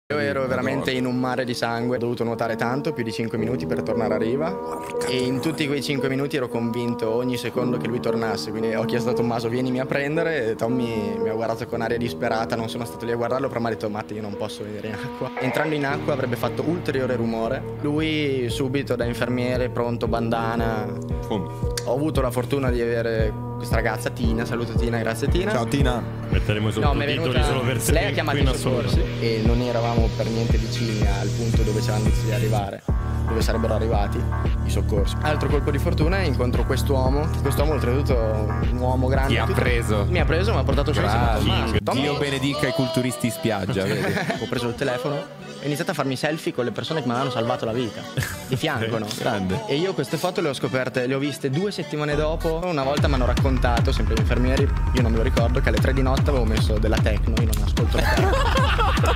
Io ero veramente in un mare di sangue, ho dovuto nuotare tanto, più di 5 minuti per tornare a riva e in tutti quei 5 minuti ero convinto ogni secondo che lui tornasse, quindi ho chiesto a Tommaso vienimi a prendere e Tommy mi ha guardato con aria disperata, non sono stato lì a guardarlo, però mi ha detto Matti io non posso venire in acqua. Entrando in acqua avrebbe fatto ulteriore rumore, lui subito da infermiere, pronto, bandana. Ho avuto la fortuna di avere questa ragazza Tina, saluto Tina, grazie Tina. Ciao Tina. Metteremo i sottotitoli solo per lei ha chiamato i soccorsi e non eravamo per niente vicini al punto dove c'erano iniziati ad arrivare, dove sarebbero arrivati i soccorsi. Altro colpo di fortuna, incontro quest'uomo oltretutto un uomo grande. Ti ha preso? Mi ha preso, mi ha portato su insieme a Tommaso. Dio benedica i culturisti in spiaggia, vedi? Ho preso il telefono e ho iniziato a farmi selfie con le persone che mi avevano salvato la vita, di fianco, no? Grande. E io queste foto le ho scoperte, le ho viste 2 settimane dopo. Una volta mi hanno raccontato, sempre gli infermieri, io non me lo ricordo, che alle 3 di notte avevo messo della techno, io non ascolto la techno.